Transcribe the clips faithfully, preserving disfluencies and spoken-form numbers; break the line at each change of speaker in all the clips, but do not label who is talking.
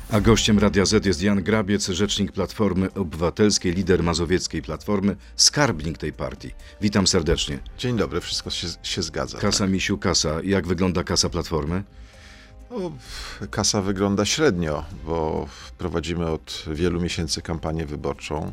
A gościem Radia Z jest Jan Grabiec, rzecznik Platformy Obywatelskiej, lider mazowieckiej Platformy, skarbnik tej partii. Witam serdecznie.
Dzień dobry, wszystko się, się zgadza.
Kasa tak. Misiu, kasa. Jak wygląda kasa Platformy?
No, kasa wygląda średnio, bo prowadzimy od wielu miesięcy kampanię wyborczą.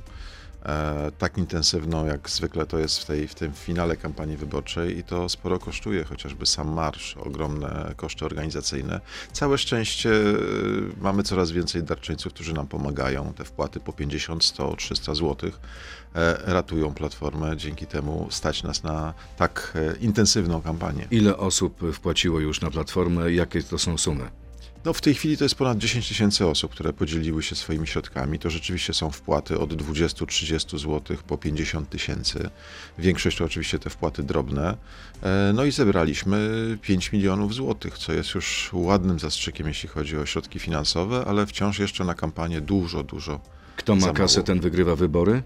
E, tak intensywną, jak zwykle to jest w, tej, w tym finale kampanii wyborczej i to sporo kosztuje, chociażby sam marsz, ogromne koszty organizacyjne. Całe szczęście e, mamy coraz więcej darczyńców, którzy nam pomagają. Te wpłaty po pięćdziesiąt, sto, trzysta złotych e, ratują Platformę. Dzięki temu stać nas na tak e, intensywną kampanię.
Ile osób wpłaciło już na Platformę? Jakie to są sumy?
No w tej chwili to jest ponad dziesięć tysięcy osób, które podzieliły się swoimi środkami. To rzeczywiście są wpłaty od dwudziestu do trzydziestu złotych po pięćdziesiąt tysięcy. Większość to oczywiście te wpłaty drobne. No i zebraliśmy pięć milionów złotych, co jest już ładnym zastrzykiem, jeśli chodzi o środki finansowe, ale wciąż jeszcze na kampanię dużo, dużo
Kto ma kasę, ten wygrywa wybory?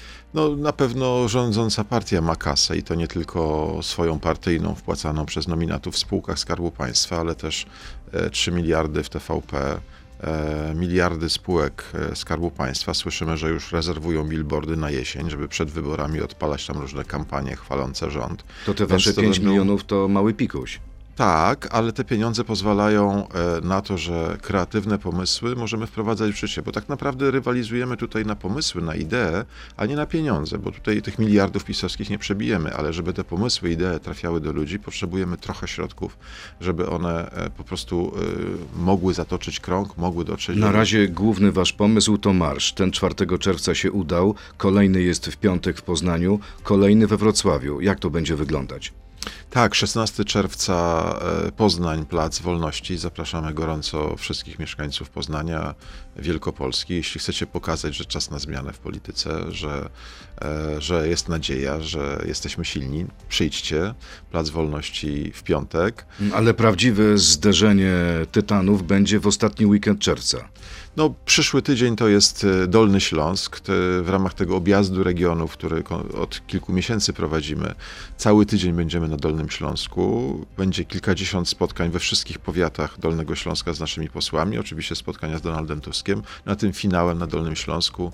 No na pewno rządząca partia ma kasę i to nie tylko swoją partyjną wpłacaną przez nominatów w spółkach Skarbu Państwa, ale też e, trzy miliardy w T V P, e, miliardy spółek e, Skarbu Państwa. Słyszymy, że już rezerwują billboardy na jesień, żeby przed wyborami odpalać tam różne kampanie chwalące rząd.
To te wasze pięć milionów to mały pikuś.
Tak, ale te pieniądze pozwalają na to, że kreatywne pomysły możemy wprowadzać w życie, bo tak naprawdę rywalizujemy tutaj na pomysły, na idee, a nie na pieniądze, bo tutaj tych miliardów pisowskich nie przebijemy, ale żeby te pomysły, idee trafiały do ludzi, potrzebujemy trochę środków, żeby one po prostu mogły zatoczyć krąg, mogły dotrzeć do
Na razie główny wasz pomysł to marsz. Ten czwartego czerwca się udał, kolejny jest w piątek w Poznaniu, kolejny we Wrocławiu. Jak to będzie wyglądać?
Tak, szesnastego czerwca Poznań, Plac Wolności. Zapraszamy gorąco wszystkich mieszkańców Poznania, Wielkopolski. Jeśli chcecie pokazać, że czas na zmianę w polityce, że, że jest nadzieja, że jesteśmy silni, przyjdźcie. Plac Wolności w piątek.
Ale prawdziwe zderzenie tytanów będzie w ostatni weekend czerwca.
No, przyszły tydzień to jest Dolny Śląsk. W ramach tego objazdu regionów, który od kilku miesięcy prowadzimy, cały tydzień będziemy na Dolnym Śląsku. Będzie kilkadziesiąt spotkań we wszystkich powiatach Dolnego Śląska z naszymi posłami. Oczywiście spotkania z Donaldem Tuskiem. Na tym finałem na Dolnym Śląsku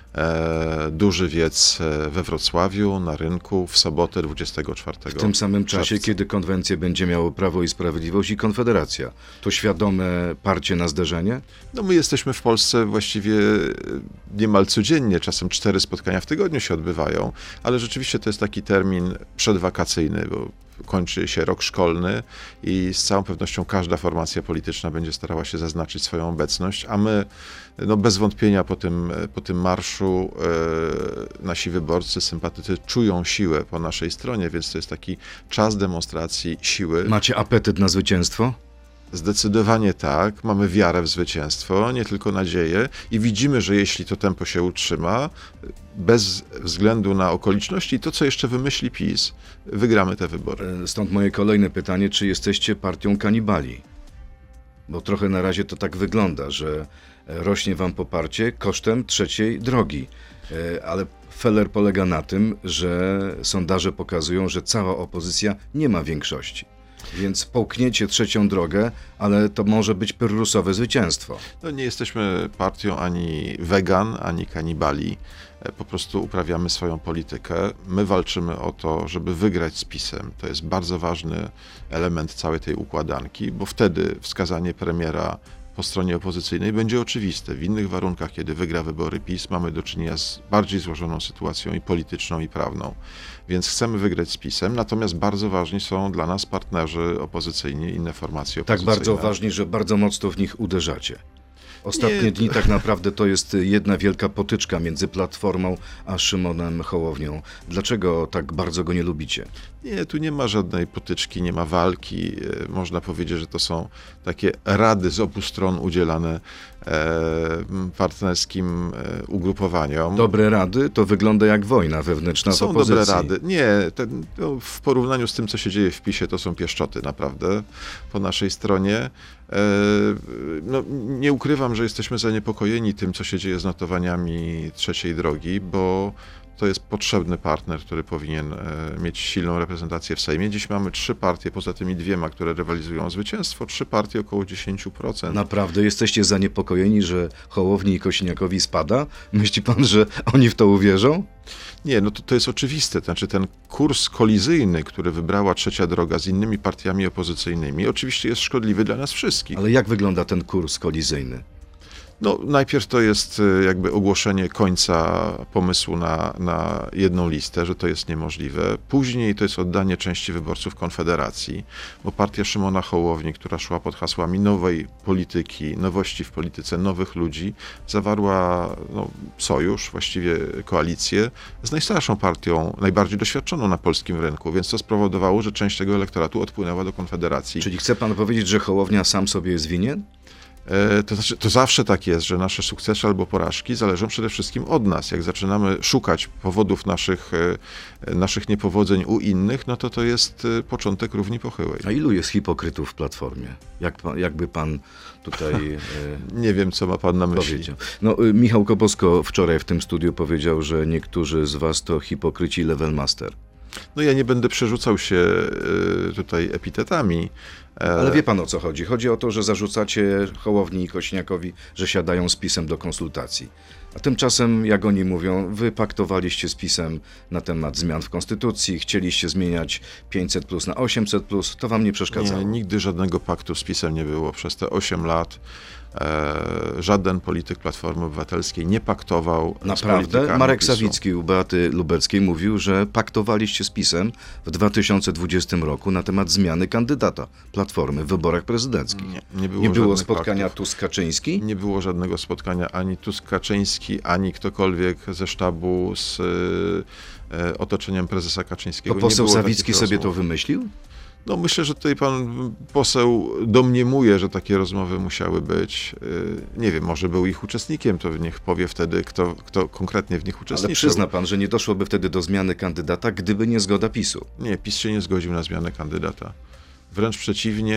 e, duży wiec we Wrocławiu, na rynku, w sobotę dwudziestego czwartego.
W tym samym czasie, kiedy konwencję będzie miało Prawo i Sprawiedliwość i Konfederacja. To świadome parcie na zderzenie?
No my jesteśmy w Polsce właściwie niemal codziennie, czasem cztery spotkania w tygodniu się odbywają, ale rzeczywiście to jest taki termin przedwakacyjny, bo kończy się rok szkolny i z całą pewnością każda formacja polityczna będzie starała się zaznaczyć swoją obecność, a my no bez wątpienia po tym, po tym marszu e, nasi wyborcy, sympatycy czują siłę po naszej stronie, więc to jest taki czas demonstracji siły.
Macie apetyt na zwycięstwo?
Zdecydowanie tak, mamy wiarę w zwycięstwo, nie tylko nadzieję i widzimy, że jeśli to tempo się utrzyma, bez względu na okoliczności, to co jeszcze wymyśli PiS, wygramy te wybory.
Stąd moje kolejne pytanie, czy jesteście partią kanibali? Bo trochę na razie to tak wygląda, że rośnie wam poparcie kosztem trzeciej drogi, ale feller polega na tym, że sondaże pokazują, że cała opozycja nie ma większości. Więc połkniecie trzecią drogę, ale to może być pyrrusowe zwycięstwo.
No nie jesteśmy partią ani wegan, ani kanibali. Po prostu uprawiamy swoją politykę. My walczymy o to, żeby wygrać z PiS-em. To jest bardzo ważny element całej tej układanki, bo wtedy wskazanie premiera po stronie opozycyjnej będzie oczywiste. W innych warunkach, kiedy wygra wybory PiS, mamy do czynienia z bardziej złożoną sytuacją i polityczną, i prawną. Więc chcemy wygrać z PiS-em, natomiast bardzo ważni są dla nas partnerzy opozycyjni, inne formacje opozycyjne.
Tak bardzo ważni, że bardzo mocno w nich uderzacie. Ostatnie
Nie.
dni tak naprawdę to jest jedna wielka potyczka między Platformą a Szymonem Hołownią. Dlaczego tak bardzo go nie lubicie?
Nie, tu nie ma żadnej potyczki, nie ma walki. Można powiedzieć, że to są takie rady z obu stron udzielane e, partnerskim e, ugrupowaniom.
Dobre rady to wygląda jak wojna wewnętrzna w
Są
opozycji.
dobre rady. Nie, ten, no, w porównaniu z tym, co się dzieje w PiS-ie, to są pieszczoty naprawdę po naszej stronie. E, no, nie ukrywam, że jesteśmy zaniepokojeni tym, co się dzieje z notowaniami trzeciej drogi, bo to jest potrzebny partner, który powinien e, mieć silną reprezentację w Sejmie. Dziś mamy trzy partie, poza tymi dwiema, które rywalizują o zwycięstwo, trzy partie około dziesięć procent.
Naprawdę jesteście zaniepokojeni, że Hołowni i Kosiniakowi spada? Myśli pan, że oni w to uwierzą?
Nie, no to, to jest oczywiste. To znaczy ten kurs kolizyjny, który wybrała Trzecia Droga z innymi partiami opozycyjnymi, oczywiście jest szkodliwy dla nas wszystkich.
Ale jak wygląda ten kurs kolizyjny?
No, najpierw to jest y, jakby ogłoszenie końca pomysłu na, na jedną listę, że to jest niemożliwe. Później to jest oddanie części wyborców Konfederacji, bo partia Szymona Hołowni, która szła pod hasłami nowej polityki, nowości w polityce, nowych ludzi, zawarła no, sojusz, właściwie koalicję z najstarszą partią, najbardziej doświadczoną na polskim rynku, więc to spowodowało, że część tego elektoratu odpłynęła do Konfederacji.
Czyli chce pan powiedzieć, że Hołownia sam sobie jest winien?
To znaczy, to zawsze tak jest, że nasze sukcesy albo porażki zależą przede wszystkim od nas. Jak zaczynamy szukać powodów naszych, naszych niepowodzeń u innych, no to to jest początek równi pochyłej.
A ilu jest hipokrytów w Platformie? Jak pan, jakby pan tutaj e,
Nie wiem, co ma pan na myśli.
powiedział. No, y, Michał Kobosko wczoraj w tym studiu powiedział, że niektórzy z was to hipokryci level master.
No ja nie będę przerzucał się y, tutaj epitetami.
Ale wie pan, o co chodzi? Chodzi o to, że zarzucacie Hołowni i Kosiniakowi, że siadają z PiS-em do konsultacji. A tymczasem, jak oni mówią, wy paktowaliście z PiS-em na temat zmian w Konstytucji, chcieliście zmieniać pięćset plus na osiemset plus, to wam nie przeszkadzało?
Nie, nigdy żadnego paktu z PiS-em nie było. Przez te osiem lat e, żaden polityk Platformy Obywatelskiej nie paktował z
Naprawdę?
politykami
Marek
PiS-u.
Sawicki u Beaty Lubeckiej mówił, że paktowaliście z PiS-em w dwa tysiące dwudziestym roku na temat zmiany kandydata Platformy w wyborach prezydenckich.
Nie, nie było,
Nie było
żadnych
spotkania
paktów.
Tusk-Kaczyński?
Nie było żadnego spotkania ani Tusk-Kaczyński, ani ktokolwiek ze sztabu z e, otoczeniem prezesa Kaczyńskiego.
To
Nie
poseł
było
Sawicki
takich
sobie to
rozmów.
wymyślił?
No myślę, że tutaj pan poseł domniemuje, że takie rozmowy musiały być. E, nie wiem, może był ich uczestnikiem, to niech powie wtedy, kto, kto konkretnie w nich uczestniczył.
Ale przyzna pan, że nie doszłoby wtedy do zmiany kandydata, gdyby nie zgoda PiS-u.
Nie, PiS się nie zgodził na zmianę kandydata. Wręcz przeciwnie,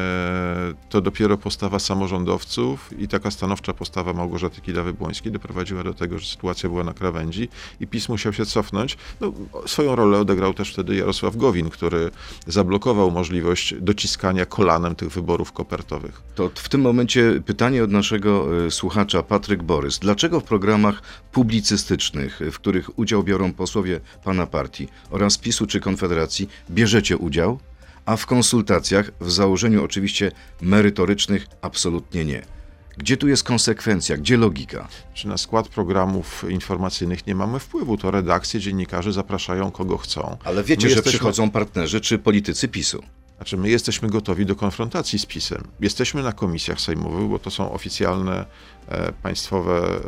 e, to dopiero postawa samorządowców i taka stanowcza postawa Małgorzaty Kidawy-Błońskiej doprowadziła do tego, że sytuacja była na krawędzi i PiS musiał się cofnąć. No, swoją rolę odegrał też wtedy Jarosław Gowin, który zablokował możliwość dociskania kolanem tych wyborów kopertowych.
To w tym momencie pytanie od naszego y, słuchacza Patryk Borys. Dlaczego w programach publicystycznych, w których udział biorą posłowie pana partii oraz PiS-u czy Konfederacji, bierzecie udział, a w konsultacjach, w założeniu oczywiście merytorycznych, absolutnie nie? Gdzie tu jest konsekwencja, gdzie logika?
Czy na skład programów informacyjnych nie mamy wpływu? To redakcje, dziennikarze zapraszają kogo chcą.
Ale wiecie,
My
że
jesteśmy-
przychodzą partnerzy czy politycy PiS-u.
Znaczy, my jesteśmy gotowi do konfrontacji z PiS-em. Jesteśmy na komisjach sejmowych, bo to są oficjalne e, państwowe e,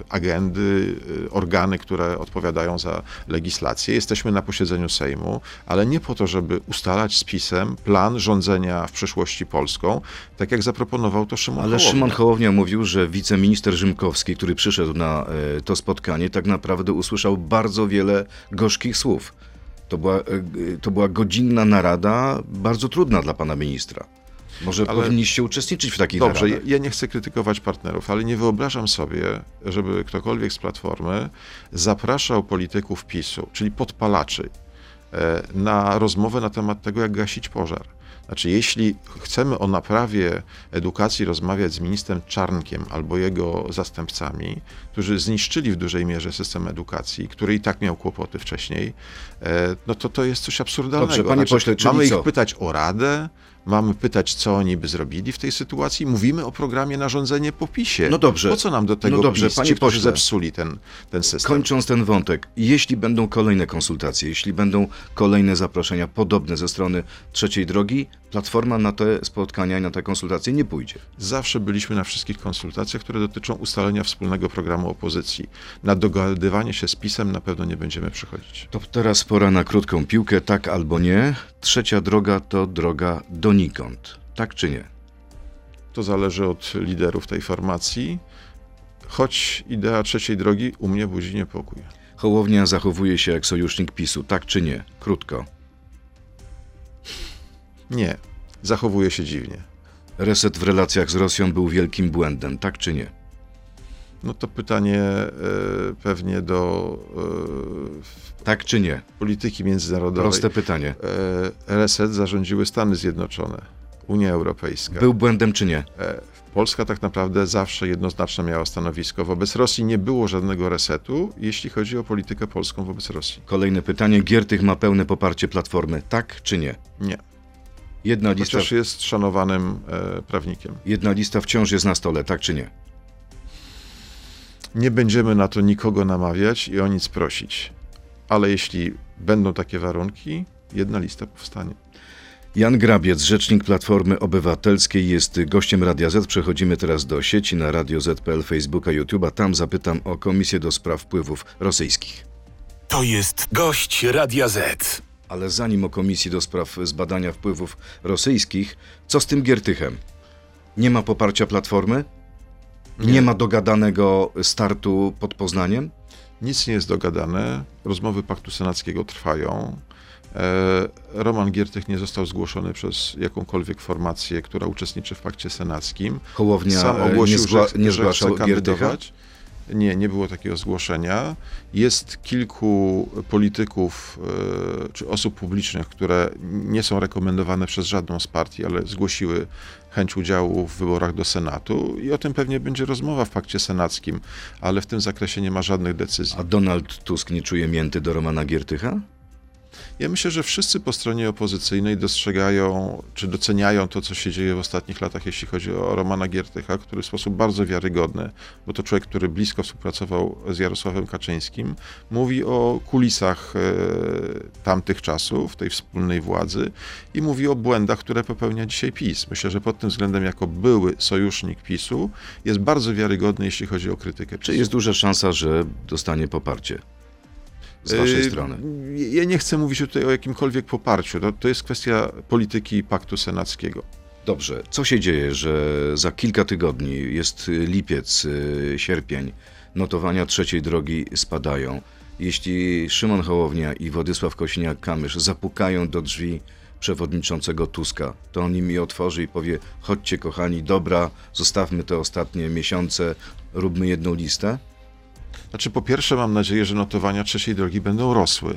agendy, e, organy, które odpowiadają za legislację. Jesteśmy na posiedzeniu Sejmu, ale nie po to, żeby ustalać z PiS-em plan rządzenia w przyszłości Polską, tak jak zaproponował to Szymon
Ale
Hołownia.
Szymon Hołownia mówił, że wiceminister Rzymkowski, który przyszedł na e, to spotkanie, tak naprawdę usłyszał bardzo wiele gorzkich słów. To była, e, to była godzinna narada, bardzo trudna dla pana ministra. Może
Ale-
powinniście uczestniczyć w takich
Dobrze, ja,
naradach.
ja nie chcę krytykować partnerów, ale nie wyobrażam sobie, żeby ktokolwiek z Platformy zapraszał polityków PiS-u, czyli podpalaczy, e, na rozmowę na temat tego, jak gasić pożar. Znaczy, jeśli chcemy o naprawie edukacji rozmawiać z ministrem Czarnkiem albo jego zastępcami, którzy zniszczyli w dużej mierze system edukacji, który i tak miał kłopoty wcześniej, e, no to to jest coś absurdalnego.
Dobrze, panie pośle, czyli
mamy
co?
ich pytać o radę, mamy pytać, co oni by zrobili w tej sytuacji. Mówimy o programie narządzenie po PiS-ie.
No dobrze.
Po co nam do tego
No dobrze,
PiS,
panie
ci, którzy
pośle.
zepsuli ten, ten system?
Kończąc ten wątek, jeśli będą kolejne konsultacje, jeśli będą kolejne zaproszenia podobne ze strony Trzeciej Drogi, Platforma na te spotkania i na te konsultacje nie pójdzie.
Zawsze byliśmy na wszystkich konsultacjach, które dotyczą ustalenia wspólnego programu opozycji. Na dogadywanie się z PiS-em na pewno nie będziemy przychodzić.
To teraz pora na krótką piłkę, tak albo nie. Trzecia droga to droga donikąd. Tak czy nie?
To zależy od liderów tej formacji, choć idea trzeciej drogi u mnie budzi niepokój.
Hołownia zachowuje się jak sojusznik PiS-u, tak czy nie? Krótko.
Nie, zachowuje się dziwnie.
Reset w relacjach z Rosją był wielkim błędem, tak czy nie?
No to pytanie e, pewnie do e,
Tak czy nie?
polityki międzynarodowej.
Proste pytanie.
E, reset zarządziły Stany Zjednoczone, Unia Europejska.
Był błędem czy nie?
E, Polska tak naprawdę zawsze jednoznacznie miała stanowisko. Wobec Rosji nie było żadnego resetu, jeśli chodzi o politykę polską wobec Rosji.
Kolejne pytanie. Giertych ma pełne poparcie Platformy. Tak czy nie?
Nie.
Jedna lista,
Chociaż jest szanowanym e, prawnikiem.
jedna lista wciąż jest na stole. Tak czy nie?
Nie będziemy na to nikogo namawiać i o nic prosić. Ale jeśli będą takie warunki, jedna lista powstanie.
Jan Grabiec, rzecznik Platformy Obywatelskiej, jest gościem Radia Z. Przechodzimy teraz do sieci na radio zet kropka pe el, Facebooka, YouTube'a. Tam zapytam o Komisję do Spraw Wpływów Rosyjskich.
To jest gość Radia Z.
Ale zanim o Komisji do Spraw Zbadania Wpływów Rosyjskich, co z tym Giertychem? Nie ma poparcia Platformy? Nie,
Nie.
ma dogadanego startu pod Poznaniem?
Nic nie jest dogadane. Rozmowy Paktu Senackiego trwają. E, Roman Giertych nie został zgłoszony przez jakąkolwiek formację, która uczestniczy w Pakcie Senackim.
Hołownia
Sam
e,
ogłosił,
nie, zgła,
że,
nie
że
zgłaszał
chce
Giertycha?
kandydować. Nie, nie było takiego zgłoszenia. Jest kilku polityków e, czy osób publicznych, które nie są rekomendowane przez żadną z partii, ale zgłosiły chęć udziału w wyborach do Senatu i o tym pewnie będzie rozmowa w Pakcie Senackim, ale w tym zakresie nie ma żadnych decyzji.
A Donald Tusk nie czuje mięty do Romana Giertycha?
Ja myślę, że wszyscy po stronie opozycyjnej dostrzegają, czy doceniają to, co się dzieje w ostatnich latach, jeśli chodzi o Romana Giertycha, który w sposób bardzo wiarygodny, bo to człowiek, który blisko współpracował z Jarosławem Kaczyńskim, mówi o kulisach e, tamtych czasów, tej wspólnej władzy i mówi o błędach, które popełnia dzisiaj PiS. Myślę, że pod tym względem, jako były sojusznik PiSu, jest bardzo wiarygodny, jeśli chodzi o krytykę
Czy
PiSu.
jest duża szansa, że dostanie poparcie z waszej
Yy,
strony?
Ja nie chcę mówić tutaj o jakimkolwiek poparciu. To, to jest kwestia polityki Paktu Senackiego.
Dobrze. Co się dzieje, że za kilka tygodni, jest lipiec, y, sierpień, notowania trzeciej drogi spadają? Jeśli Szymon Hołownia i Władysław Kosiniak-Kamysz zapukają do drzwi przewodniczącego Tuska, to on im je otworzy i powie: chodźcie kochani, dobra, zostawmy te ostatnie miesiące, róbmy jedną listę?
Znaczy, po pierwsze, mam nadzieję, że notowania trzeciej drogi będą rosły.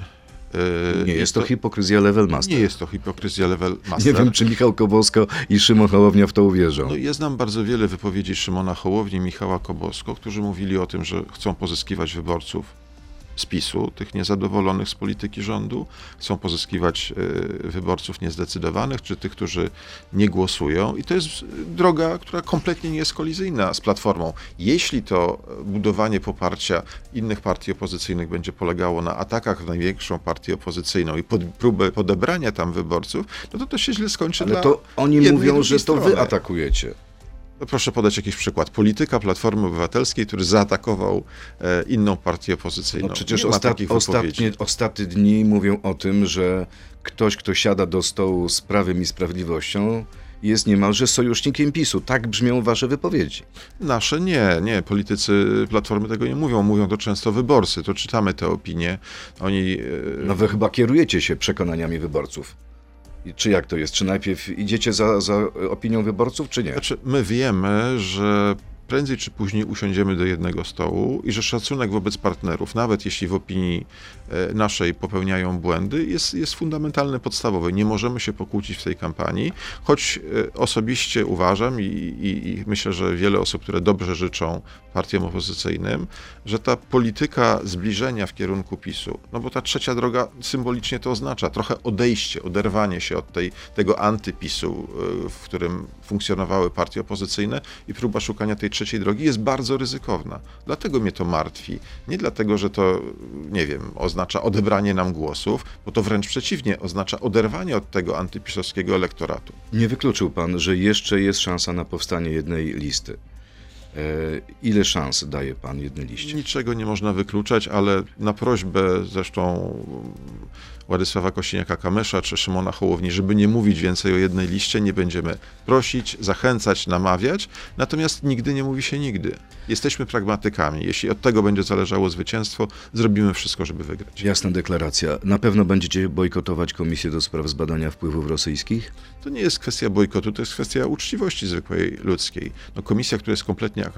Yy,
Nie jest to hipokryzja level master.
Nie jest to hipokryzja level master.
Nie wiem, czy Michał Kobosko i Szymon Hołownia w to uwierzą.
No, ja znam bardzo wiele wypowiedzi Szymona Hołowni i Michała Kobosko, którzy mówili o tym, że chcą pozyskiwać wyborców z PiSu, tych niezadowolonych z polityki rządu, chcą pozyskiwać y, wyborców niezdecydowanych, czy tych, którzy nie głosują. I to jest droga, która kompletnie nie jest kolizyjna z Platformą. Jeśli to budowanie poparcia innych partii opozycyjnych będzie polegało na atakach na największą partię opozycyjną i pod, próbę podebrania tam wyborców, no to to się źle skończy.
Ale
dla
to oni
jednej i
mówią,
drugiej
że to
strony.
wy atakujecie.
No proszę podać jakiś przykład. Polityka Platformy Obywatelskiej, który zaatakował e, inną partię opozycyjną.
No przecież
Nie ma
ostat,
takich wypowiedzi.
ostatnie, ostatnie dni mówią o tym, że ktoś, kto siada do stołu z Prawem i Sprawiedliwością, jest niemalże sojusznikiem PiSu. Tak brzmią wasze wypowiedzi.
Nasze nie, nie. Politycy Platformy tego nie mówią. Mówią to często wyborcy. To czytamy te opinie. Oni... e,
No wy chyba kierujecie się przekonaniami wyborców. I czy jak to jest? Czy najpierw idziecie za, za opinią wyborców, czy nie?
Znaczy, my wiemy, że prędzej czy później usiądziemy do jednego stołu i że szacunek wobec partnerów, nawet jeśli w opinii e, naszej popełniają błędy, jest, jest fundamentalny, podstawowy. Nie możemy się pokłócić w tej kampanii, choć e, osobiście uważam i, i, i myślę, że wiele osób, które dobrze życzą partiom opozycyjnym, że ta polityka zbliżenia w kierunku PiSu, no bo ta trzecia droga symbolicznie to oznacza, trochę odejście, oderwanie się od tej, tego antypisu, e, w którym funkcjonowały partie opozycyjne i próba szukania tej trzeciej drogi jest bardzo ryzykowna. Dlatego mnie to martwi. Nie dlatego, że to, nie wiem, oznacza odebranie nam głosów, bo to wręcz przeciwnie, oznacza oderwanie od tego antypisowskiego elektoratu.
Nie wykluczył pan, że jeszcze jest szansa na powstanie jednej listy. E, ile szans daje pan jednej liście?
Niczego nie można wykluczać, ale na prośbę zresztą Władysława Kosiniaka-Kamysza czy Szymona Hołowni, żeby nie mówić więcej o jednej liście, nie będziemy prosić, zachęcać, namawiać, natomiast nigdy nie mówi się nigdy. Jesteśmy pragmatykami. Jeśli od tego będzie zależało zwycięstwo, zrobimy wszystko, żeby wygrać.
Jasna deklaracja. Na pewno będziecie bojkotować Komisję do Spraw Zbadania Wpływów Rosyjskich?
To nie jest kwestia bojkotu, to jest kwestia uczciwości zwykłej ludzkiej. No, komisja, która jest kompletnie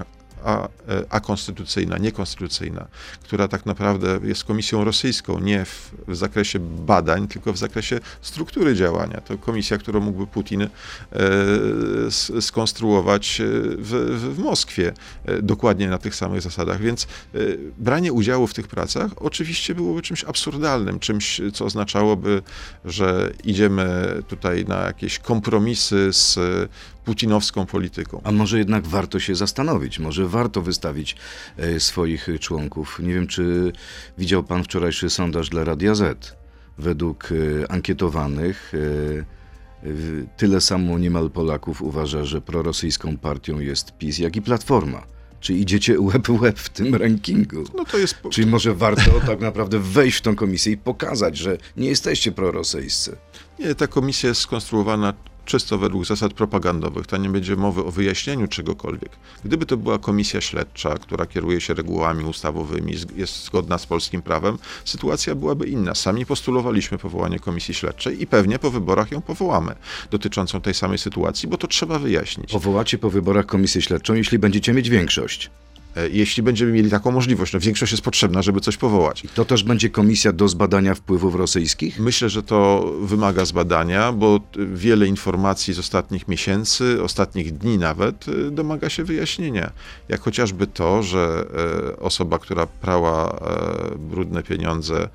a, a konstytucyjna, niekonstytucyjna, która tak naprawdę jest komisją rosyjską, nie w, w zakresie badań, tylko w zakresie struktury działania. To komisja, którą mógłby Putin e, skonstruować w, w, w Moskwie, e, dokładnie na tych samych zasadach. Więc e, branie udziału w tych pracach oczywiście byłoby czymś absurdalnym, czymś, co oznaczałoby, że idziemy tutaj na jakieś kompromisy z putinowską polityką.
A może jednak warto się zastanowić, może warto wystawić e, swoich członków. Nie wiem, czy widział pan wczorajszy sondaż dla Radia Z. Według e, ankietowanych e, e, tyle samo niemal Polaków uważa, że prorosyjską partią jest PiS, jak i Platforma. Czy idziecie łeb w łeb w tym rankingu?
No to jest...
Czyli może warto tak naprawdę wejść w tą komisję i pokazać, że nie jesteście prorosyjscy?
Nie, ta komisja jest skonstruowana czysto według zasad propagandowych. To nie będzie mowy o wyjaśnieniu czegokolwiek. Gdyby to była komisja śledcza, która kieruje się regułami ustawowymi, jest zgodna z polskim prawem, sytuacja byłaby inna. Sami postulowaliśmy powołanie komisji śledczej i pewnie po wyborach ją powołamy, dotyczącą tej samej sytuacji, bo to trzeba wyjaśnić.
Powołacie po wyborach komisję śledczą, jeśli będziecie mieć większość.
Jeśli będziemy mieli taką możliwość, no większość jest potrzebna, żeby coś powołać.
I to też będzie komisja do zbadania wpływów rosyjskich?
Myślę, że to wymaga zbadania, bo wiele informacji z ostatnich miesięcy, ostatnich dni nawet, domaga się wyjaśnienia. Jak chociażby to, że osoba, która prała brudne pieniądze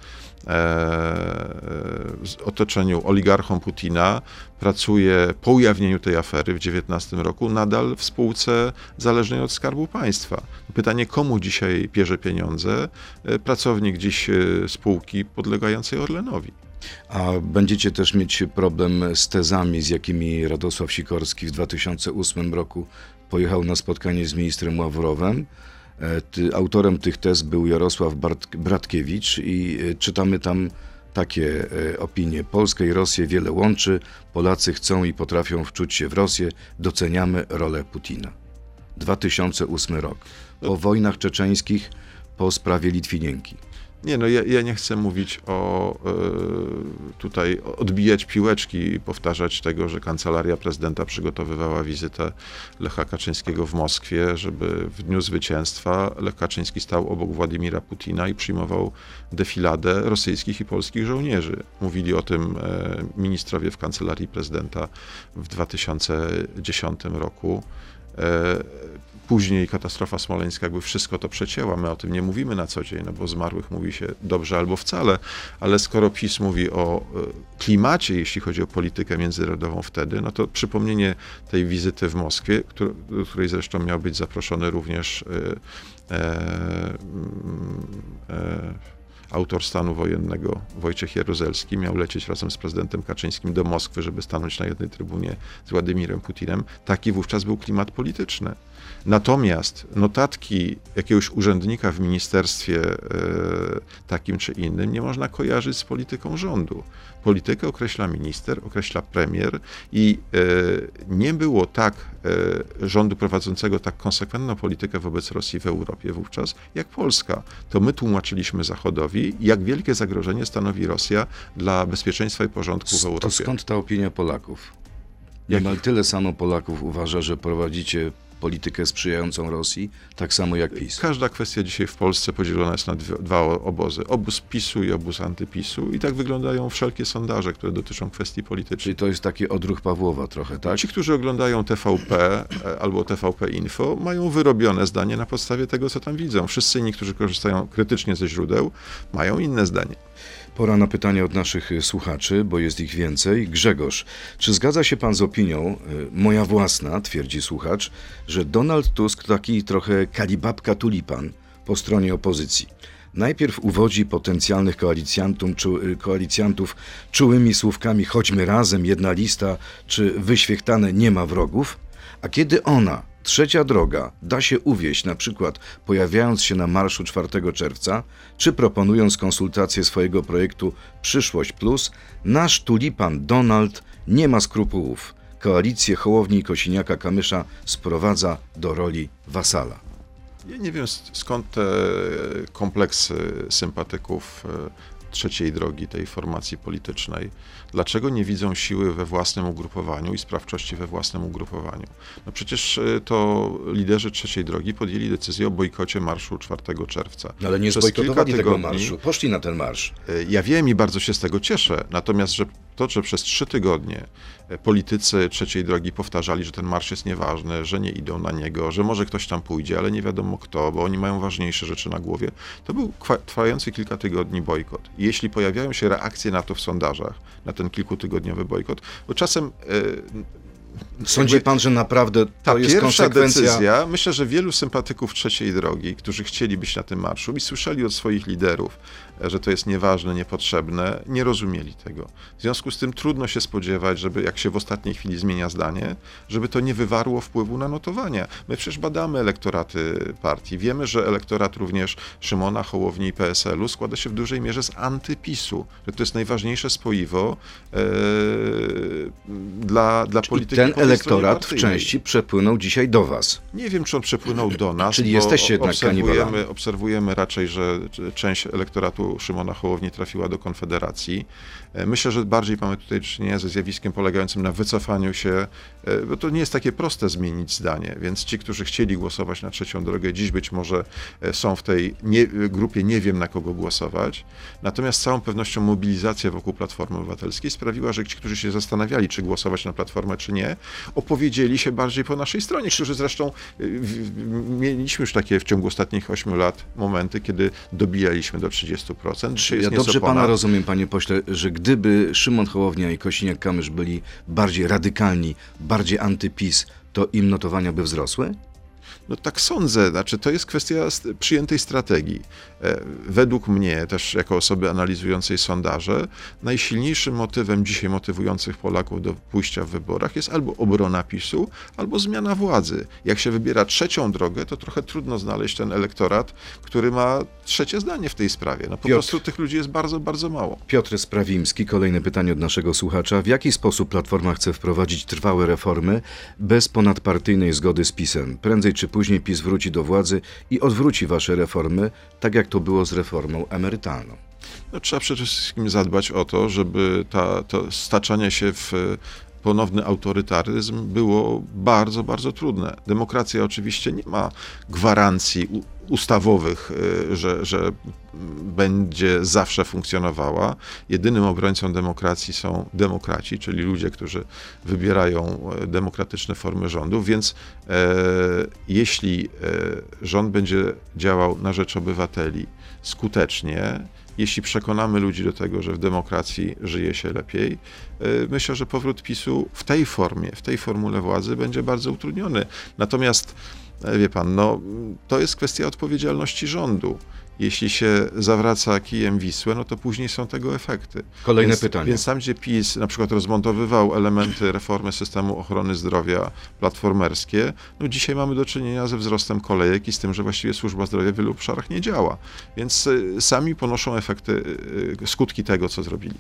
w otoczeniu oligarchą Putina, pracuje po ujawnieniu tej afery w dziewiętnastym roku nadal w spółce zależnej od Skarbu Państwa. Pytanie, komu dzisiaj bierze pieniądze pracownik dziś spółki podlegającej Orlenowi.
A będziecie też mieć problem z tezami, z jakimi Radosław Sikorski w dwa tysiące ósmym roku pojechał na spotkanie z ministrem Ławrowem. Ty, autorem tych tez był Jarosław Bart- Bratkiewicz i czytamy tam takie opinie. Polskę i Rosję wiele łączy, Polacy chcą i potrafią wczuć się w Rosję, doceniamy rolę Putina. dwa tysiące ósmy rok. Po wojnach czeczeńskich, po sprawie Litwinienki.
Nie, no ja, ja nie chcę mówić o y, tutaj odbijać piłeczki i powtarzać tego, że kancelaria prezydenta przygotowywała wizytę Lecha Kaczyńskiego w Moskwie, żeby w dniu zwycięstwa Lech Kaczyński stał obok Władimira Putina i przyjmował defiladę rosyjskich i polskich żołnierzy. Mówili o tym e, ministrowie w kancelarii prezydenta w dwa tysiące dziesiątym roku. E, Później katastrofa smoleńska jakby wszystko to przecięła. My o tym nie mówimy na co dzień, no bo zmarłych mówi się dobrze albo wcale, ale skoro PiS mówi o klimacie, jeśli chodzi o politykę międzynarodową wtedy, no to przypomnienie tej wizyty w Moskwie, który, do której zresztą miał być zaproszony również e, e, e, autor stanu wojennego Wojciech Jaruzelski, miał lecieć razem z prezydentem Kaczyńskim do Moskwy, żeby stanąć na jednej trybunie z Władimirem Putinem. Taki wówczas był klimat polityczny. Natomiast notatki jakiegoś urzędnika w ministerstwie e, takim czy innym nie można kojarzyć z polityką rządu. Politykę określa minister, określa premier i e, nie było tak e, rządu prowadzącego tak konsekwentną politykę wobec Rosji w Europie wówczas, jak Polska. To my tłumaczyliśmy Zachodowi, jak wielkie zagrożenie stanowi Rosja dla bezpieczeństwa i porządku w Europie.
To skąd ta opinia Polaków? Niemal tyle samo Polaków uważa, że prowadzicie politykę sprzyjającą Rosji, tak samo jak PiS.
Każda kwestia dzisiaj w Polsce podzielona jest na dwie, dwa obozy. Obóz PiSu i obóz antypisu i tak wyglądają wszelkie sondaże, które dotyczą kwestii politycznych.
Czyli to jest taki odruch Pawłowa trochę, tak?
Ci, którzy oglądają T V P albo T V P Info, mają wyrobione zdanie na podstawie tego, co tam widzą. Wszyscy inni, którzy korzystają krytycznie ze źródeł, mają inne zdanie.
Pora na pytania od naszych słuchaczy, bo jest ich więcej. Grzegorz, czy zgadza się pan z opinią, moja własna, twierdzi słuchacz, że Donald Tusk taki trochę kalibabka tulipan po stronie opozycji? Najpierw uwodzi potencjalnych koalicjantów, czu, koalicjantów czułymi słówkami chodźmy razem, jedna lista, czy wyświechtane nie ma wrogów, a kiedy ona, trzecia droga, da się uwieść, na przykład pojawiając się na marszu czwartego czerwca, czy proponując konsultację swojego projektu Przyszłość Plus, nasz tulipan Donald nie ma skrupułów. Koalicję Hołowni i Kosiniaka-Kamysza sprowadza do roli wasala.
Ja nie wiem skąd te kompleksy sympatyków trzeciej drogi, tej formacji politycznej, dlaczego nie widzą siły we własnym ugrupowaniu i sprawczości we własnym ugrupowaniu? No przecież to liderzy trzeciej drogi podjęli decyzję o bojkocie marszu czwartego czerwca.
No ale nie
Przez
zbojkotowali
kilka
tego
tygodni-
marszu, poszli na ten marsz.
Ja wiem i bardzo się z tego cieszę, natomiast że to, że przez trzy tygodnie politycy trzeciej drogi powtarzali, że ten marsz jest nieważny, że nie idą na niego, że może ktoś tam pójdzie, ale nie wiadomo kto, bo oni mają ważniejsze rzeczy na głowie, to był kwa- trwający kilka tygodni bojkot. I jeśli pojawiają się reakcje na to w sondażach, na ten kilkutygodniowy bojkot, bo czasem... Yy,
Sądzi
jakby
pan, że naprawdę to
ta
jest
pierwsza
konsekwencja...
decyzja, myślę, że wielu sympatyków trzeciej drogi, którzy chcieli być na tym marszu i słyszeli od swoich liderów, że to jest nieważne, niepotrzebne, nie rozumieli tego. W związku z tym trudno się spodziewać, żeby jak się w ostatniej chwili zmienia zdanie, żeby to nie wywarło wpływu na notowania. My przecież badamy elektoraty partii. Wiemy, że elektorat również Szymona Hołowni i P S L u składa się w dużej mierze z antypisu, że to jest najważniejsze spoiwo e, dla, dla polityki.
I ten
po tej stronie
elektorat w
partyjnej.
części przepłynął dzisiaj do was.
Nie wiem, czy on przepłynął do nas.
Czyli
bo
jesteście jednak
obserwujemy,
kanibalami.
obserwujemy raczej, że część elektoratu Szymona Hołowni trafiła do Konfederacji. Myślę, że bardziej mamy tutaj do czynienia ze zjawiskiem polegającym na wycofaniu się, bo to nie jest takie proste zmienić zdanie, więc ci, którzy chcieli głosować na trzecią drogę, dziś być może są w tej nie, grupie nie wiem na kogo głosować. Natomiast z całą pewnością mobilizacja wokół Platformy Obywatelskiej sprawiła, że ci, którzy się zastanawiali, czy głosować na Platformę, czy nie, opowiedzieli się bardziej po naszej stronie, którzy zresztą w, w, mieliśmy już takie w ciągu ostatnich ośmiu lat momenty, kiedy dobijaliśmy do trzydziestu procent. Dzisiaj
Ja
jest nieco
dobrze pana
ponad.
rozumiem, panie pośle, że gdyby Szymon Hołownia i Kosiniak-Kamysz byli bardziej radykalni, bardziej antyPiS, to im notowania by wzrosły?
No tak sądzę, znaczy to jest kwestia st- przyjętej strategii. E, według mnie, też jako osoby analizującej sondaże, najsilniejszym motywem dzisiaj motywujących Polaków do pójścia w wyborach jest albo obrona PiSu, albo zmiana władzy. Jak się wybiera trzecią drogę, to trochę trudno znaleźć ten elektorat, który ma trzecie zdanie w tej sprawie. No po
Piotr.
prostu tych ludzi jest bardzo, bardzo mało.
Piotr Sprawimski, kolejne pytanie od naszego słuchacza. W jaki sposób Platforma chce wprowadzić trwałe reformy bez ponadpartyjnej zgody z PiS-em? Prędzej czy później PiS wróci do władzy i odwróci wasze reformy, tak jak to było z reformą emerytalną.
No, trzeba przede wszystkim zadbać o to, żeby ta, to staczanie się w ponowny autorytaryzm było bardzo, bardzo trudne. Demokracja oczywiście nie ma gwarancji u, ustawowych, y, że, że będzie zawsze funkcjonowała. Jedynym obrońcą demokracji są demokraci, czyli ludzie, którzy wybierają demokratyczne formy rządu, więc e, jeśli e, rząd będzie działał na rzecz obywateli skutecznie, jeśli przekonamy ludzi do tego, że w demokracji żyje się lepiej, myślę, że powrót PiSu w tej formie, w tej formule władzy będzie bardzo utrudniony. Natomiast, wie pan, no, to jest kwestia odpowiedzialności rządu. Jeśli się zawraca kijem Wisłę, no to później są tego efekty.
Kolejne
więc,
pytanie.
Więc tam, gdzie PiS na przykład rozmontowywał elementy reformy systemu ochrony zdrowia platformerskie, no dzisiaj mamy do czynienia ze wzrostem kolejek i z tym, że właściwie służba zdrowia w wielu obszarach nie działa. Więc y, sami ponoszą efekty, y, skutki tego, co zrobili.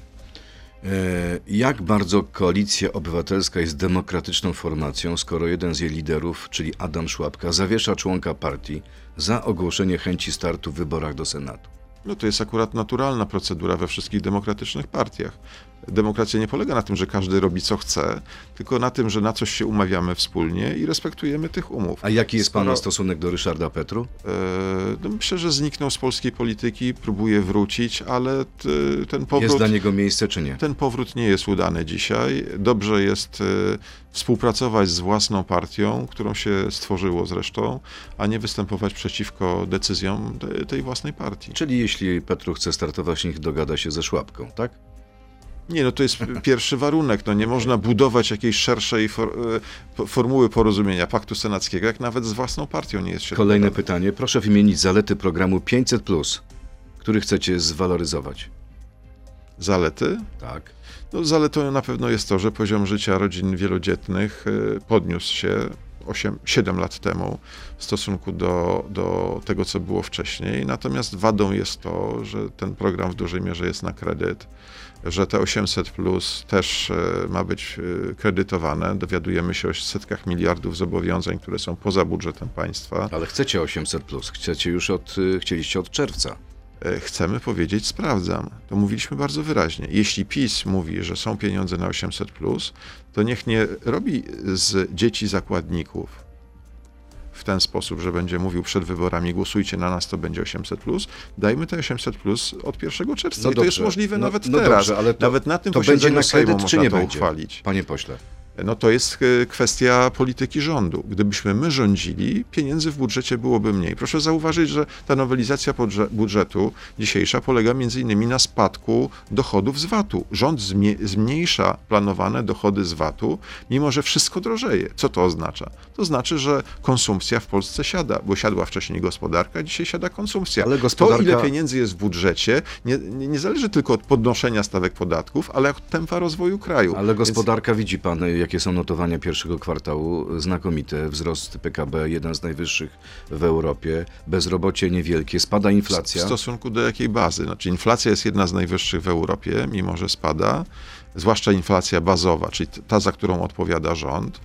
Jak bardzo Koalicja Obywatelska jest demokratyczną formacją, skoro jeden z jej liderów, czyli Adam Szłapka, zawiesza członka partii za ogłoszenie chęci startu w wyborach do Senatu?
No to jest akurat naturalna procedura we wszystkich demokratycznych partiach. Demokracja nie polega na tym, że każdy robi co chce, tylko na tym, że na coś się umawiamy wspólnie i respektujemy tych umów.
A jaki jest
Skoro-
pana stosunek do Ryszarda Petru?
E, no myślę, że zniknął z polskiej polityki, próbuje wrócić, ale t, ten
Jest
powrót...
dla niego miejsce czy nie?
Ten powrót nie jest udany dzisiaj. Dobrze jest e, współpracować z własną partią, którą się stworzyło zresztą, a nie występować przeciwko decyzjom te, tej własnej partii.
Czyli jeśli Petru chce startować, niech dogada się ze Szłapką, tak?
Nie, no to jest pierwszy warunek. No nie można budować jakiejś szerszej for, e, formuły porozumienia Paktu Senackiego, jak nawet z własną partią nie jest się
Kolejne
dogadane.
pytanie. Proszę wymienić zalety programu pięćset plus, który chcecie zwaloryzować.
Zalety?
Tak.
No, zaletą na pewno jest to, że poziom życia rodzin wielodzietnych e, podniósł się osiem, siedem lat temu w stosunku do, do tego, co było wcześniej. Natomiast wadą jest to, że ten program w dużej mierze jest na kredyt, że te osiemset plus też e, ma być e, kredytowane. Dowiadujemy się o setkach miliardów zobowiązań, które są poza budżetem państwa.
Ale chcecie osiemset plus, chcecie już od, y, chcieliście od czerwca.
chcemy powiedzieć sprawdzam. To mówiliśmy bardzo wyraźnie. Jeśli PiS mówi, że są pieniądze na osiemset plus, to niech nie robi z dzieci zakładników w ten sposób, że będzie mówił przed wyborami głosujcie na nas, to będzie osiemset plus. Dajmy te osiemset plus od pierwszego czerwca.
No
I to
dobrze,
jest możliwe
no,
nawet
no
teraz.
Dobrze, ale to,
nawet na tym
to będzie
posiedzeniu
na
Sejmu
kredyt, czy
można
nie
to
będzie,
uchwalić.
panie pośle?
No to jest kwestia polityki rządu. Gdybyśmy my rządzili, pieniędzy w budżecie byłoby mniej. Proszę zauważyć, że ta nowelizacja budżetu dzisiejsza polega między innymi na spadku dochodów z vatu. Rząd zmniejsza planowane dochody z vatu, mimo że wszystko drożeje. Co to oznacza? To znaczy, że konsumpcja w Polsce siada, bo siadła wcześniej gospodarka, dzisiaj siada konsumpcja.
Ale gospodarka...
To, ile pieniędzy jest w budżecie, nie, nie zależy tylko od podnoszenia stawek podatków, ale od tempa rozwoju kraju.
Ale gospodarka, Więc... widzi pan, jakie są notowania pierwszego kwartału, znakomite, wzrost P K B, jeden z najwyższych w Europie, bezrobocie niewielkie, spada inflacja.
W stosunku do jakiej bazy? Znaczy inflacja jest jedna z najwyższych w Europie, mimo że spada, zwłaszcza inflacja bazowa, czyli ta, za którą odpowiada rząd.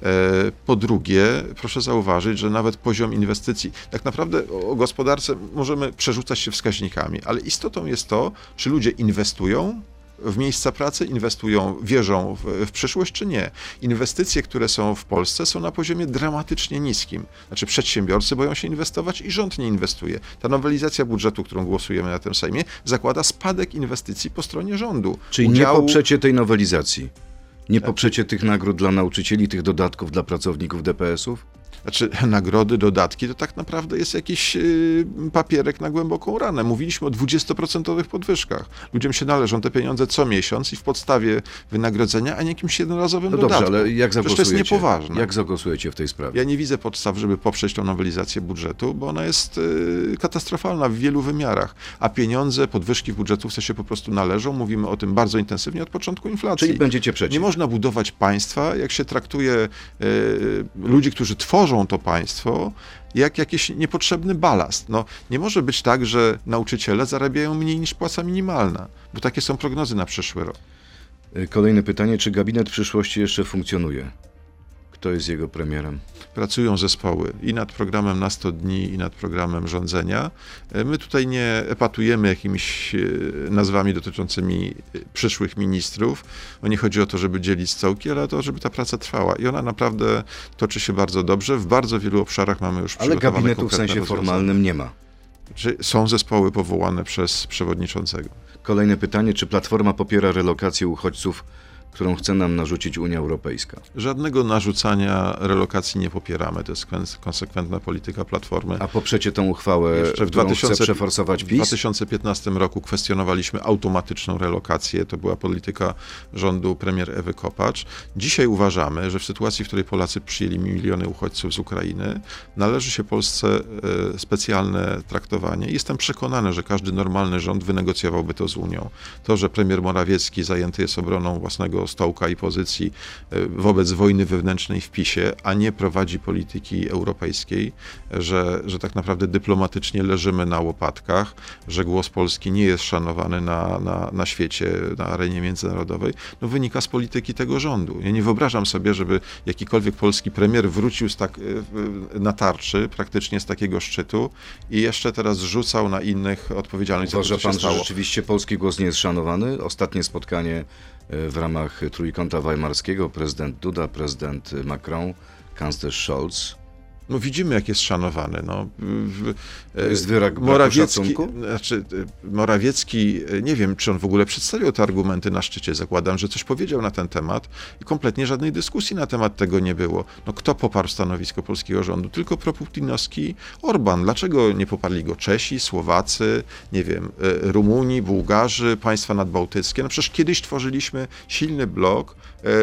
Po drugie, proszę zauważyć, że nawet poziom inwestycji, tak naprawdę o gospodarce możemy przerzucać się wskaźnikami, ale istotą jest to, czy ludzie inwestują w miejsca pracy, inwestują, wierzą w, w przyszłość, czy nie. Inwestycje, które są w Polsce, są na poziomie dramatycznie niskim. Znaczy przedsiębiorcy boją się inwestować i rząd nie inwestuje. Ta nowelizacja budżetu, którą głosujemy na tym Sejmie, zakłada spadek inwestycji po stronie rządu.
Czyli
Udziału...
nie poprzecie tej nowelizacji? Nie poprzecie tych nagród dla nauczycieli, tych dodatków dla pracowników D P S-ów?
Znaczy nagrody, dodatki, to tak naprawdę jest jakiś yy, papierek na głęboką ranę. Mówiliśmy o dwudziestoprocentowych podwyżkach. Ludziom się należą te pieniądze co miesiąc i w podstawie wynagrodzenia, a nie jakimś jednorazowym
no
dodatku.
Dobrze, ale jak zagłosujecie?
To jest niepoważne.
Jak zagłosujecie w tej sprawie?
Ja nie widzę podstaw, żeby poprzeć tą nowelizację budżetu, bo ona jest yy, katastrofalna w wielu wymiarach. A pieniądze, podwyżki budżetówce się po prostu należą. Mówimy o tym bardzo intensywnie od początku inflacji.
Czyli będziecie przeciw?
Nie można budować państwa, jak się traktuje yy, ludzi, którzy tworzą to państwo, jak jakiś niepotrzebny balast. No, nie może być tak, że nauczyciele zarabiają mniej niż płaca minimalna, bo takie są prognozy na przyszły rok.
Kolejne pytanie, czy gabinet przyszłości jeszcze funkcjonuje? Kto jest jego premierem?
Pracują zespoły i nad programem na sto dni, i nad programem rządzenia. My tutaj nie epatujemy jakimiś nazwami dotyczącymi przyszłych ministrów, bo nie chodzi o to, żeby dzielić stołki, ale o to, żeby ta praca trwała. I ona naprawdę toczy się bardzo dobrze. W bardzo wielu obszarach mamy już przygotowane
Ale gabinetu w sensie
rozwiązania.
formalnym nie ma.
Czy są zespoły powołane przez przewodniczącego.
Kolejne pytanie, czy Platforma popiera relokację uchodźców, którą chce nam narzucić Unia Europejska?
Żadnego narzucania relokacji nie popieramy. To jest konsekwentna polityka Platformy.
A poprzecie tę uchwałę,
Jeszcze w
którą
dwa tysiące,
chce przeforsować
w
PiS?
dwa tysiące piętnastym roku kwestionowaliśmy automatyczną relokację. To była polityka rządu premier Ewy Kopacz. Dzisiaj uważamy, że w sytuacji, w której Polacy przyjęli miliony uchodźców z Ukrainy, należy się Polsce e, specjalne traktowanie. I jestem przekonany, że każdy normalny rząd wynegocjowałby to z Unią. To, że premier Morawiecki zajęty jest obroną własnego stołka i pozycji wobec wojny wewnętrznej w PiSie, a nie prowadzi polityki europejskiej, że, że tak naprawdę dyplomatycznie leżymy na łopatkach, że głos Polski nie jest szanowany na, na, na świecie, na arenie międzynarodowej, no wynika z polityki tego rządu. Ja nie wyobrażam sobie, żeby jakikolwiek polski premier wrócił z tak, na tarczy, praktycznie z takiego szczytu i jeszcze teraz rzucał na innych odpowiedzialność za to, co się
Uważa pan,
stało.
że rzeczywiście polski głos nie jest szanowany? Ostatnie spotkanie w ramach Trójkąta Weimarskiego, prezydent Duda, prezydent Macron, kanclerz Scholz.
No widzimy, jak jest szanowany. No, w,
to jest wyrak braku
Morawiecki,
szacunku?
Znaczy, Morawiecki, nie wiem, czy on w ogóle przedstawił te argumenty na szczycie. Zakładam, że coś powiedział na ten temat i kompletnie żadnej dyskusji na temat tego nie było. No kto poparł stanowisko polskiego rządu? Tylko proputinowski Orban. Dlaczego nie poparli go Czesi, Słowacy, nie wiem, Rumuni, Bułgarzy, państwa nadbałtyckie? No przecież kiedyś tworzyliśmy silny blok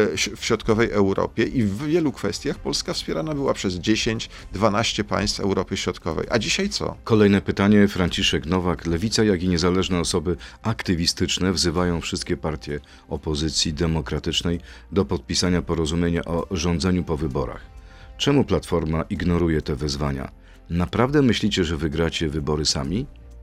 w środkowej Europie i w wielu kwestiach Polska wspierana była przez dziesięć, dwanaście państw Europy Środkowej. A dzisiaj co?
Kolejne pytanie. Franciszek Nowak. Lewica, jak i niezależne osoby aktywistyczne wzywają wszystkie partie opozycji demokratycznej do podpisania porozumienia o rządzeniu po wyborach. Czemu Platforma ignoruje te wezwania? Naprawdę myślicie, że wygracie wybory sami?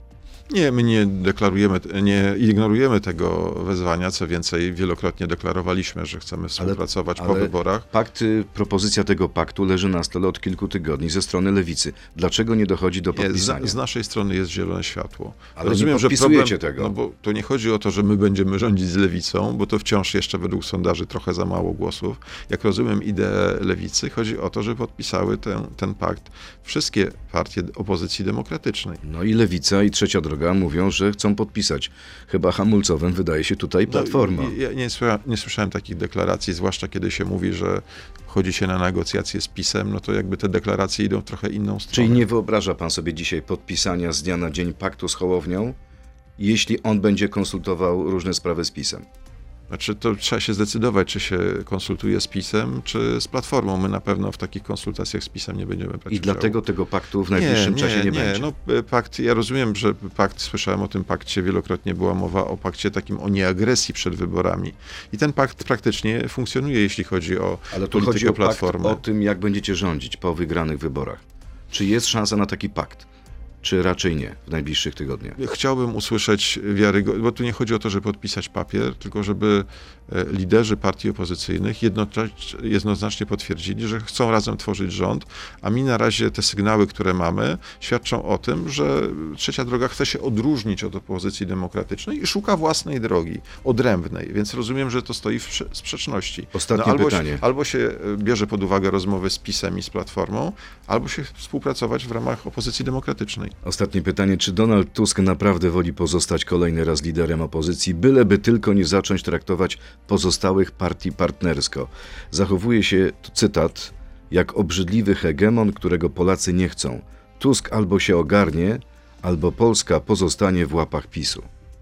Nie, my nie deklarujemy, nie ignorujemy tego wezwania, co więcej, wielokrotnie deklarowaliśmy, że chcemy współpracować
ale
po wyborach.
Pakt, propozycja tego paktu leży na stole od kilku tygodni ze strony Lewicy. Dlaczego nie dochodzi do
Nie,
podpisania?
z, z naszej strony jest zielone światło.
Ale nie podpisujecie tego.
No bo to nie chodzi o to, że my będziemy rządzić z Lewicą, bo to wciąż jeszcze według sondaży trochę za mało głosów. Jak rozumiem ideę Lewicy, chodzi o to, żeby podpisały ten, ten pakt wszystkie partie opozycji demokratycznej.
No i Lewica i Trzecia Droga mówią, że chcą podpisać. Chyba hamulcowym wydaje się tutaj Platforma.
No, ja nie, słysza, nie słyszałem takich deklaracji, zwłaszcza kiedy się mówi, że chodzi się na negocjacje z PiS-em, no to jakby te deklaracje idą w trochę inną stronę.
Czyli nie wyobraża pan sobie dzisiaj podpisania z dnia na dzień paktu z Hołownią, jeśli on będzie konsultował różne sprawy z PiS-em?
Znaczy, to trzeba się zdecydować, czy się konsultuje z PiS-em, czy z Platformą. My na pewno w takich konsultacjach z PiS-em nie będziemy brać
I
udziału.
dlatego tego paktu w najbliższym
nie,
czasie nie,
nie
będzie.
No, pakt, ja rozumiem, że pakt, słyszałem o tym pakcie, wielokrotnie była mowa o pakcie takim o nieagresji przed wyborami. I ten pakt praktycznie funkcjonuje, jeśli chodzi o
Ale tu
politykę
chodzi o
Platformy.
pakt o tym, jak będziecie rządzić po wygranych wyborach. Czy jest szansa na taki pakt? Czy raczej nie w najbliższych tygodniach?
Chciałbym usłyszeć wiarygodność, bo tu nie chodzi o to, żeby podpisać papier, tylko żeby liderzy partii opozycyjnych jednocześnie, jednoznacznie potwierdzili, że chcą razem tworzyć rząd, a mi na razie te sygnały, które mamy, świadczą o tym, że Trzecia Droga chce się odróżnić od opozycji demokratycznej i szuka własnej drogi, odrębnej, więc rozumiem, że to stoi w sprzeczności.
Ostatnie
no, albo
pytanie.
Się, albo się bierze pod uwagę rozmowy z PiS-em i z Platformą, albo się współpracować w ramach opozycji demokratycznej.
Ostatnie pytanie. Czy Donald Tusk naprawdę woli pozostać kolejny raz liderem opozycji, byleby tylko nie zacząć traktować pozostałych partii partnersko? Zachowuje się, tu cytat, jak obrzydliwy hegemon, którego Polacy nie chcą. Tusk albo się ogarnie, albo Polska pozostanie w łapach PiS-u.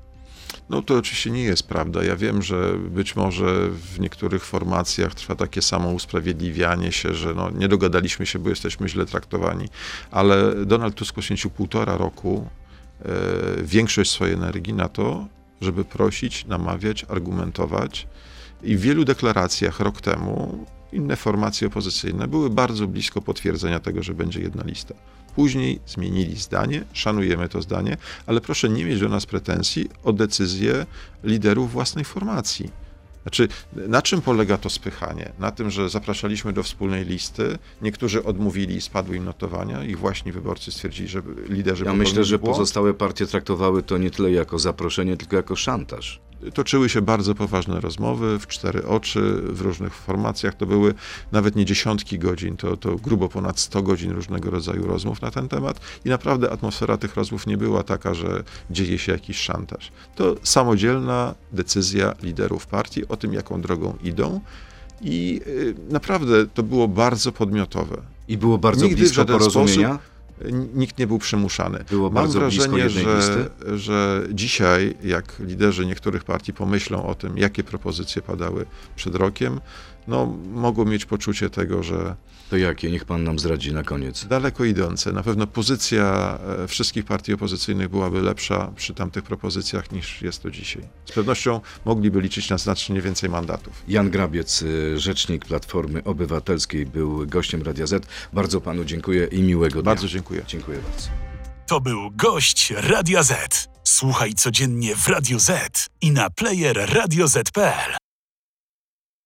No to oczywiście nie jest prawda. Ja wiem, że być może w niektórych formacjach trwa takie samo usprawiedliwianie się, że no, nie dogadaliśmy się, bo jesteśmy źle traktowani, ale Donald Tusk poświęcił półtora roku e, większość swojej energii na to, żeby prosić, namawiać, argumentować i w wielu deklaracjach rok temu inne formacje opozycyjne były bardzo blisko potwierdzenia tego, że będzie jedna lista. Później zmienili zdanie, szanujemy to zdanie, ale proszę nie mieć do nas pretensji o decyzję liderów własnej formacji. Znaczy, na czym polega to spychanie? Na tym, że zapraszaliśmy do wspólnej listy, niektórzy odmówili, spadły im notowania i właśnie wyborcy stwierdzili, że liderzy...
Ja myślę, że
błąd.
pozostałe partie traktowały to nie tyle jako zaproszenie, tylko jako szantaż.
Toczyły się bardzo poważne rozmowy w cztery oczy, w różnych formacjach. To były nawet nie dziesiątki godzin, to, to grubo ponad sto godzin różnego rodzaju rozmów na ten temat i naprawdę atmosfera tych rozmów nie była taka, że dzieje się jakiś szantaż. To samodzielna decyzja liderów partii o tym, jaką drogą idą i y, naprawdę to było bardzo podmiotowe.
I było bardzo
Nigdy w
blisko
żaden
porozumienia?
sposób nikt nie był przymuszany.
Było
Mam
bardzo blisko
wrażenie,
jednej
że,
listy?
że dzisiaj, jak liderzy niektórych partii pomyślą o tym, jakie propozycje padały przed rokiem, no, mogą mieć poczucie tego, że
To jakie? Niech pan nam zdradzi na koniec.
daleko idące. Na pewno pozycja e, wszystkich partii opozycyjnych byłaby lepsza przy tamtych propozycjach niż jest to dzisiaj. Z pewnością mogliby liczyć na znacznie więcej mandatów.
Jan Grabiec, y, rzecznik Platformy Obywatelskiej, był gościem Radia Z. Bardzo panu dziękuję i miłego dnia.
Bardzo dziękuję.
Dziękuję bardzo.
To był gość Radia Z. Słuchaj codziennie w Radio Z i na player radio zet kropka pe el.